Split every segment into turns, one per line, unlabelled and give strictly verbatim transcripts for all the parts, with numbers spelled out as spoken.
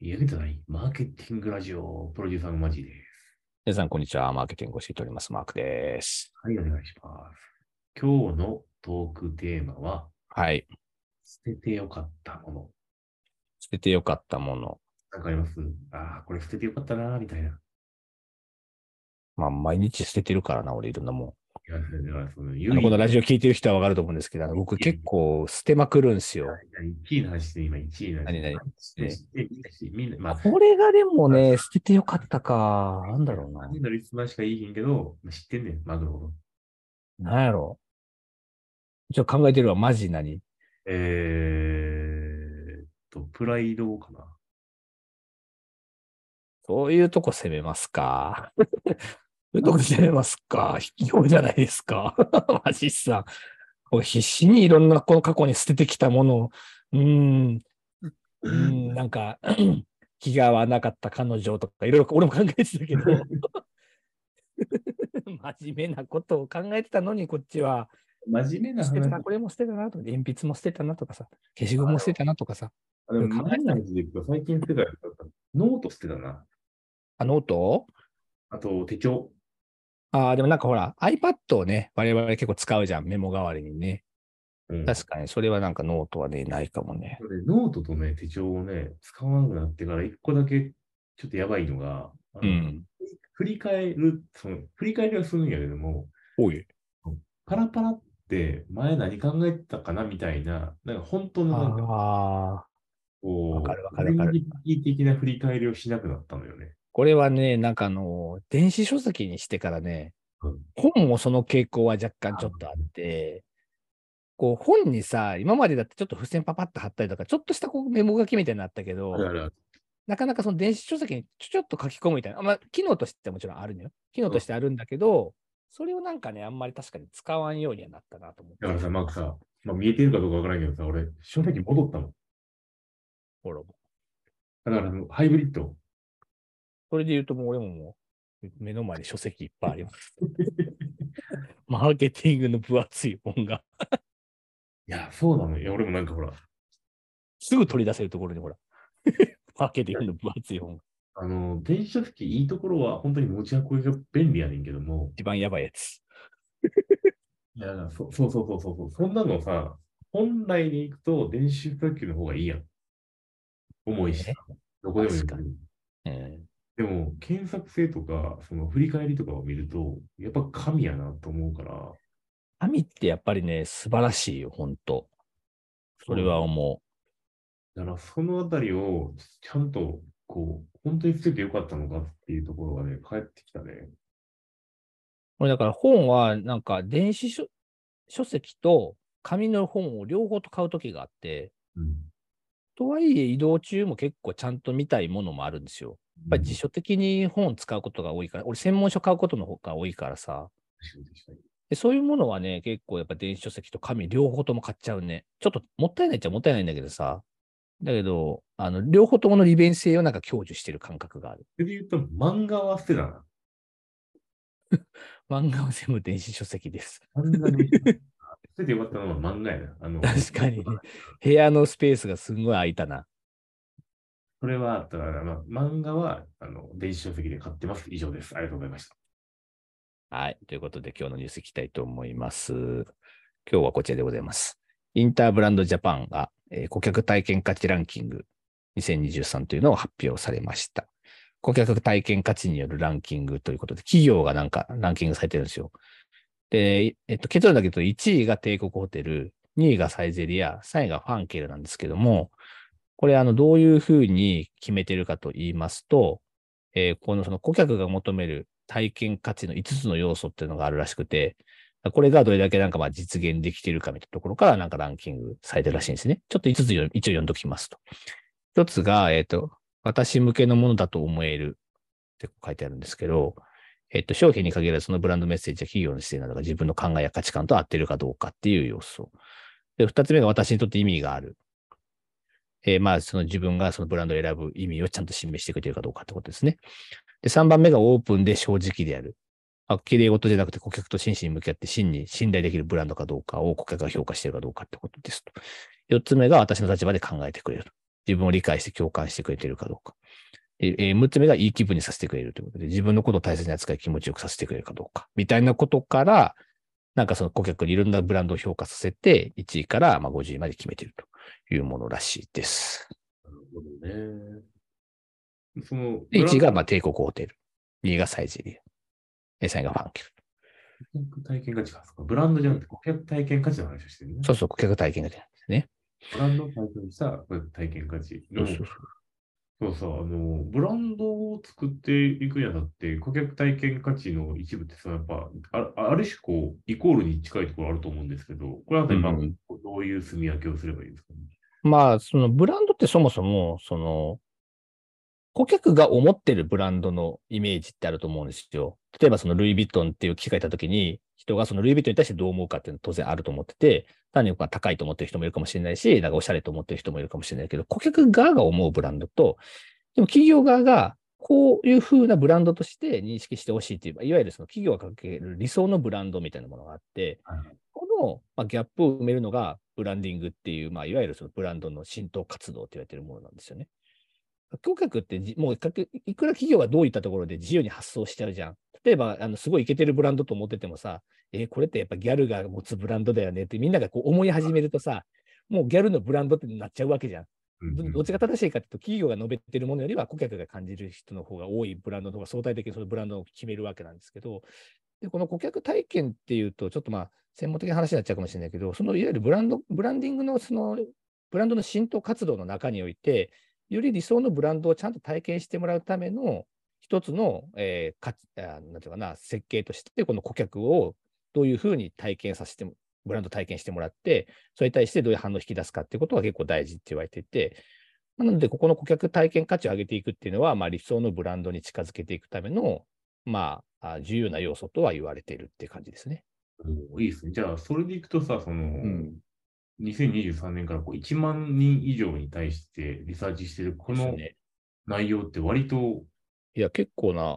夢とないマーケティングラジオプロデューサーのマジです。
皆さん、こんにちは。マーケティングを教えております。マークです。
はい、お願いします。今日のトークテーマは、
はい。
捨ててよかったもの。
捨ててよかったもの。
なんかあります？ああ、これ捨ててよかったなー、みたいな。
まあ、毎日捨ててるからな、俺いろんなもん。
いや、それはその
あの、こ
唯一、
のラジオ聞いてる人はわかると思うんですけど、あの僕結構捨てまくるんですよ。
いちいの話で今いちいの話で、
何々。ね。
でみんなし、みんな、まあ、
これがでも
まあ、
ね、捨ててよかったか。なんだろう
さん
な。
にんのリスナーしか言いへんけど、知ってんねん、マグロ。
なんやろう。ちょっと考えてるわ。マジ何
えーっと、プライドかな。
そういうとこ攻めますか。そういうとこ攻めますか。卑怯じゃないですか。マジさ。これ必死にいろんなこの過去に捨ててきたものを、うーん、うーん、なんか、気が合わなかった彼女とか、いろいろ俺も考えてたけど、真面目なことを考えてたのに、こっちは、
真面目な話。
捨てたな、これも捨てたなとか、鉛筆も捨てたなとかさ、消しゴムも捨てたなとかさ、
あ、でも、
いろいろ考
マジな
えてたの。
話でいくと、最近捨てたやつだった。ノート捨てたな。
あ、ノート
あと、手帳。
ああ、でもなんかほら、iPad をね、我々結構使うじゃん、メモ代わりにね。
うん。
確かに、それはなんかノートはね、ないかもね。
でノートとね、手帳をね、使わなくなってから一個だけちょっとやばいのが、あの、
うん。
振り返る、その、振り返りはするんやけども、
おい。
パラパラって前何考えてたかなみたいな、なんか本当のなんか、
ああ、わか
こ
るわ
う、前
かるわかる。
日的な振り返りをしなくなったのよね。
これはね、なんかあの、電子書籍にしてからね、
うん。
本もその傾向は若干ちょっとあって、こう本にさ、今までだってちょっと付箋パパッと貼ったりとか、ちょっとしたこうメモ書きみたいになったけど、
あるあるある。
なかなかその電子書籍にちょちょっと書き込むみたいな、まあ、機能としてはもちろんあるのよ。機能
うん。
としてあるんだけど、それをなんかね、あんまり確かに使わんようにはなったなと思って。
だからさ、マークさ、まあ、見えてるかどうかわからんけどさ、俺、書籍戻ったの。
ほらもう
だからあの、ハイブリッド。
それで言うともう俺ももう目の前に書籍いっぱいあります。マーケティングの分厚い本が
いや、そうなのよ。いや、俺もなんかほら、
すぐ取り出せるところにほら、マーケティングの分厚い本が
あの、電子書籍いいところは本当に持ち運びが便利やねんけども、
一番やばいやつ。
いや、そ、そうそうそうそうそう、そんなのさ、本来でいくと電子書籍の方がいいやん。重いしさ、
ね。
どこでも読
確か
める。
に。うん。
でも、検索性とか、その振り返りとかを見ると、やっぱ神やなと思うから、
神ってやっぱりね、素晴らしいよ、本当それ
そうなの。
は思う。
だからそのあたりをちゃんと、こう、本当につけてよかったのかっていうところがね、返ってきたね。
俺だから本は、なんか電子書書籍と紙の本を両方と買うときがあって、
うん。
とはいえ移動中も結構ちゃんと見たいものもあるんですよ。やっぱり辞
うん。
書的に本を使うことが多いから、俺専門書買うことの方が多いからさ。
確かに確かに。
でそういうものはね、結構やっぱ電子書籍と紙両方とも買っちゃうね。ちょっともったいないっちゃもったいないんだけどさ。だけど、あの、両方ともの利便性をなんか享受してる感覚がある。
それで言うと、漫画は捨てたな。
漫画は全部電子書籍です。
あんなに捨ててよかったのは漫画やな。あの、
確かにね。部屋のスペースがすんごい空いたな。
それは、だから、まあ、漫画は、あの、電子書籍で買ってます。以上です。ありがとうございました。
はい。ということで今日のニュースいきたいと思います。今日はこちらでございます。インターブランドジャパンが、えー顧客体験価値ランキングにせんにじゅうさんというのを発表されました。顧客体験価値によるランキングということで、企業がなんかランキングされてるんですよ。で、えっと、結論だけどいちいが帝国ホテル、にいがサイゼリア、さんいがファンケルなんですけども、これあの、どういうふうに決めてるかと言いますと、えーこのその顧客が求める体験価値のいつつの要素っていうのがあるらしくて、これがどれだけなんかまあ実現できているかみたいなところからなんかランキングされてるらしいんですね。ちょっといつつ一応読んどきますと。一つが、えっと、私向けのものだと思えるって書いてあるんですけど、えっと、商品に限らずそのブランドメッセージや企業の姿勢などが自分の考えや価値観と合っているかどうかっていう要素。で、二つ目が私にとって意味がある。えーまあ、その自分がそのブランドを選ぶ意味をちゃんと示してくれているかどうかってことですね。で、さんばんめがオープンで正直である。あ、綺麗事じゃなくて顧客と真摯に向き合って真に信頼できるブランドかどうかを顧客が評価しているかどうかってことですと。よっつめが私の立場で考えてくれると。 自分を理解して共感してくれているかどうか。ええー、むつめがいい気分にさせてくれるということで、自分のことを大切に扱い気持ちよくさせてくれるかどうか。みたいなことから、なんかその顧客にいろんなブランドを評価させて、いちいからまあごじゅういまで決めているというものらしいです。
なるほどね。その、
で、
ブラ
いちいが
ン
まあ帝国ホテル。にいがサイゼリア。さんいがファンケル。
顧客体験価値か。ブランドじゃなくて顧客体験価値の話をしてるね。
そうそう、顧客体験が出るんですね。
ブランドを体験した顧客体験価値の、
そうそうそう。
そうさ、あの、ブランドを作っていくにあたって、顧客体験価値の一部ってさ、やっぱ、あある種こう、イコールに近いところあると思うんですけど、これあたり、まあ、
うん
どういう住み分けをすればいいですかね。
まあ、そのブランドってそもそも、その、顧客が思ってるブランドのイメージってあると思うんですよ。例えばそのルイ・ヴィトンっていう機械いたときに、人がそのルイ・ヴィトンに対してどう思うかっていうのは当然あると思ってて、単に高いと思ってる人もいるかもしれないし、なんかおしゃれと思ってる人もいるかもしれないけど、顧客側が思うブランドと、でも企業側がこういうふうなブランドとして認識してほしいという、いわゆるその企業がかける理想のブランドみたいなものがあって、
はい。
この、まあ、ギャップを埋めるのがブランディングっていう、まあ、いわゆるそのブランドの浸透活動と言われているものなんですよね。顧客ってじもういくら企業がどういったところで自由に発想しちゃうじゃん。例えば、あのすごいイケてるブランドと思っててもさ、えーこれってやっぱギャルが持つブランドだよねってみんながこう思い始めるとさ、もうギャルのブランドってなっちゃうわけじゃん。どどっちが正しいかというと、企業が述べてるものよりは顧客が感じる人の方が多いブランドの方が相対的にそのブランドを決めるわけなんですけど、でこの顧客体験っていうと、ちょっとまあ、専門的な話になっちゃうかもしれないけど、そのいわゆるブランド、ブランディングのその、ブランドの浸透活動の中において、より理想のブランドをちゃんと体験してもらうための一つの、えー、かあなんていうかな、設計として、この顧客をどういうふうに体験させて、ブランド体験してもらって、それに対してどういう反応を引き出すかっていうことが結構大事って言われていて、なので、ここの顧客体験価値を上げていくっていうのは、まあ、理想のブランドに近づけていくための、まあ、重要な要素とは言われているっていう感じですね。
おいいですね。じゃあ、それでいくとさ、その、
うん。
にせんにじゅうさんねんからこういちまん人以上に対してリサーチしているこの
ですね。
内容って割と、
いや、結構な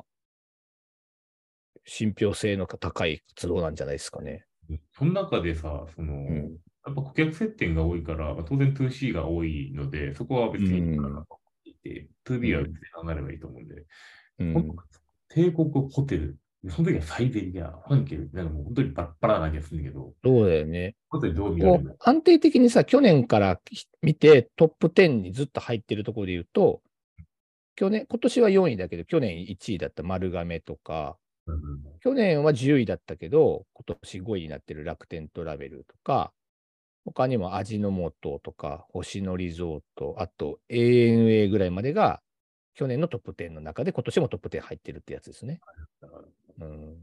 信憑性の高い活動なんじゃないですかね。
その中でさ、その、
うん。
やっぱ顧客接点が多いから、まあ当然 ツーシー が多いので、そこは
う
別にいいかな
ん。
と思っていて、ツービー は別
うん。
に考えればいいと思うんで、この
うん。
帝国ホテル、その時はサイゼリア、ファンケル、なんかもう本当にバラッバラな気がするんだけど、
そうだよね。
ホテルどう見られ
こう、
るの？
安定的にさ、去年から見てトップじゅうにずっと入ってるところで言うと、去年、今年はよんいだけど、去年いちいだった丸亀とか、
うん
去年はじゅういだったけど、今年ごいになってる楽天トラベルとか、他にも味の素とか、星野リゾート、あと エーエヌエー ぐらいまでが、去年のトップじゅうの中で、今年もトップじゅう入ってるってやつですね。うん、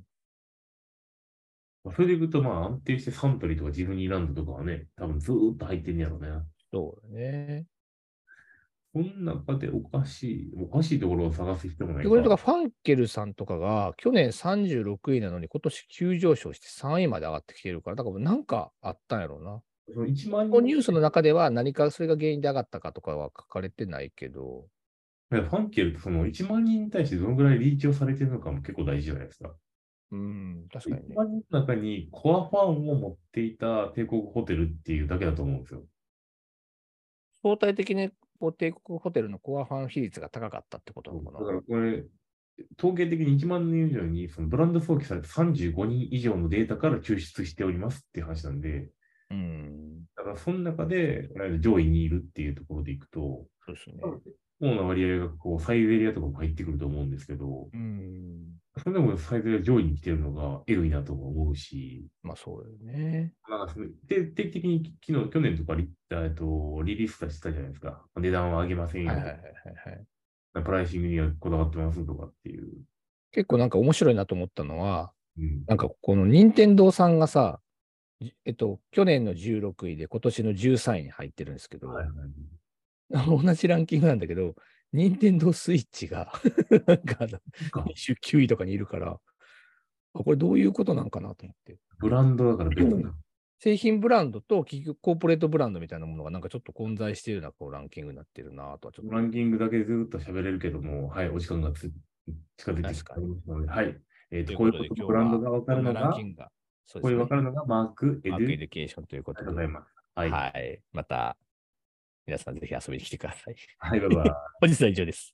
まあそれでいくと、まあ安定してサントリーとかディズニーランドとかはね、多分ずーっと入ってんやろうね。
そうだね。
この中でおかしい、おかしいところを探す必要もな
で、これとか
いか。
ファンケルさんとかが、去年さんじゅうろくいなのに、今年急上昇してさんいまで上がってきてるから、だからなんかあったんやろうな。
そのいちまん人、
このニュースの中では何かそれが原因で上がったかとかは書かれてないけど、
ファンケルってそのいちまん人に対してどのぐらいリーチをされてるのかも結構大事じゃないですか。
うん、確かに
1
ね。
万人の中にコアファンを持っていた帝国ホテルっていうだけだと思うんですよ。
相対的にこう帝国ホテルのコアファン比率が高かったってことなのかな。
だからこれ、統計的にいちまん人以上にそのブランド想起されたさんじゅうごにん以上のデータから抽出しておりますっていう話なんで、
うん、
だからその中で上位にいるっていうところでいくと、
そうですね。
多分結構な割合がこうサイゼリアとかも入ってくると思うんですけど、
うん、
それでもサイゼリア上位に来てるのがエグいなとも思うし、
まあそうだよね。
なんかそので定期的に昨日、去年とかリ,、えっと、リリースしたじゃないですか。値段は上げませんよと
はいはいはいはいはい。
か、プライシングにはこだわってますとかっていう。
結構なんか面白いなと思ったのは、
うん。
なんかこの任天堂さんがさ、じえっと、去年のじゅうろくいで今年のじゅうさんいに入ってるんですけど、
はいはい。
あの同じランキングなんだけど、任天堂スイッチがなんかあの
なんか、
にじゅうきゅういとかにいるから、あこれどういうことなんかなと思って。
ブランドだから別な。
製品ブランドと企業コーポレートブランドみたいなものがなんかちょっと混在しているようなこうランキングになってるなとはちょっと。
ランキングだけでずっと喋れるけども、はい、お時間がつ近づいてきてお
確かに。
りますので、はい。えっと、
ということで
こういうことのブ
今日は
ランドがわか
こんなラン
るのが、
キングが、そうで
こういうわ
すね。
かるのがマーク、エ
マークエ
デュ、
デュケーションというこ
あり
とで。
がとうございます。はい。
はい。また皆さんぜひ遊びに来てください。
はい、バイバイ。
本日は以上です。